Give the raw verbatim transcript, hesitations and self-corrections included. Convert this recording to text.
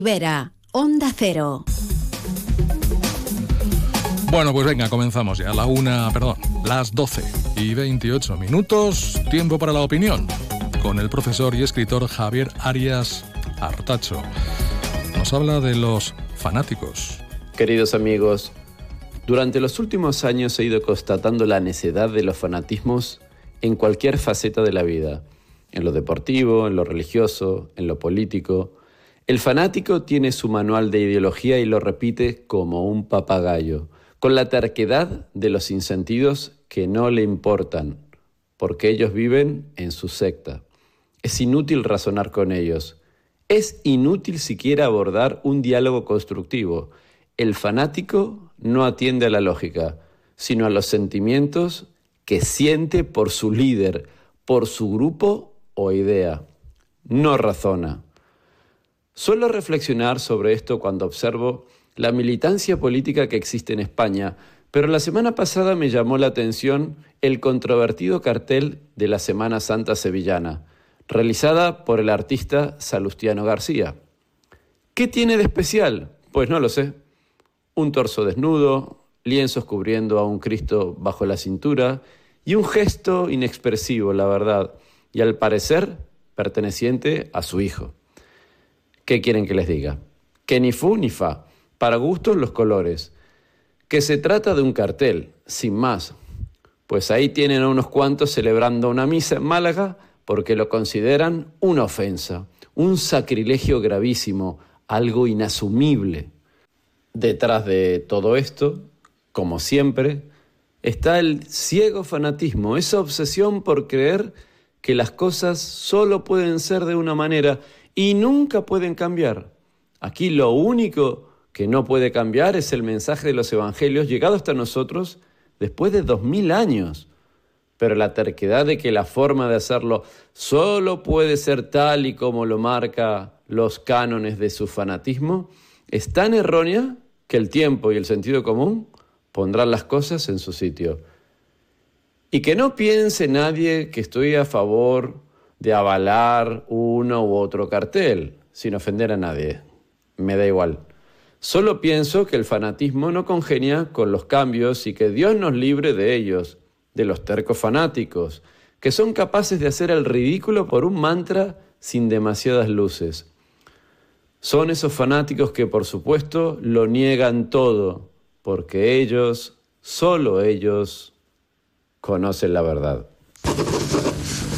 Vera, Onda Cero. Bueno, pues venga, comenzamos ya. La una, perdón, las doce y veintiocho minutos. Tiempo para la opinión. Con el profesor y escritor Javier Arias Artacho. Nos habla de los fanáticos. Queridos amigos, durante los últimos años he ido constatando la necedad de los fanatismos en cualquier faceta de la vida. En lo deportivo, en lo religioso, en lo político. El fanático tiene su manual de ideología y lo repite como un papagayo, con la terquedad de los sinsentidos que no le importan, porque ellos viven en su secta. Es inútil razonar con ellos. Es inútil siquiera abordar un diálogo constructivo. El fanático no atiende a la lógica, sino a los sentimientos que siente por su líder, por su grupo o idea. No razona. Suelo reflexionar sobre esto cuando observo la militancia política que existe en España, pero la semana pasada me llamó la atención el controvertido cartel de la Semana Santa sevillana, realizada por el artista Salustiano García. ¿Qué tiene de especial? Pues no lo sé. Un torso desnudo, lienzos cubriendo a un Cristo bajo la cintura y un gesto inexpresivo, la verdad, y al parecer perteneciente a su hijo. ¿Qué quieren que les diga? Que ni fu ni fa, para gustos los colores. Que se trata de un cartel, sin más. Pues ahí tienen a unos cuantos celebrando una misa en Málaga porque lo consideran una ofensa, un sacrilegio gravísimo, algo inasumible. Detrás de todo esto, como siempre, está el ciego fanatismo, esa obsesión por creer que las cosas solo pueden ser de una manera y nunca pueden cambiar. Aquí lo único que no puede cambiar es el mensaje de los evangelios llegado hasta nosotros después de dos mil años. Pero la terquedad de que la forma de hacerlo solo puede ser tal y como lo marca los cánones de su fanatismo es tan errónea que el tiempo y el sentido común pondrán las cosas en su sitio. Y que no piense nadie que estoy a favor de avalar uno u otro cartel, sin ofender a nadie. Me da igual. Solo pienso que el fanatismo no congenia con los cambios y que Dios nos libre de ellos, de los tercos fanáticos, que son capaces de hacer el ridículo por un mantra sin demasiadas luces. Son esos fanáticos que, por supuesto, lo niegan todo, porque ellos, solo ellos, conocen la verdad.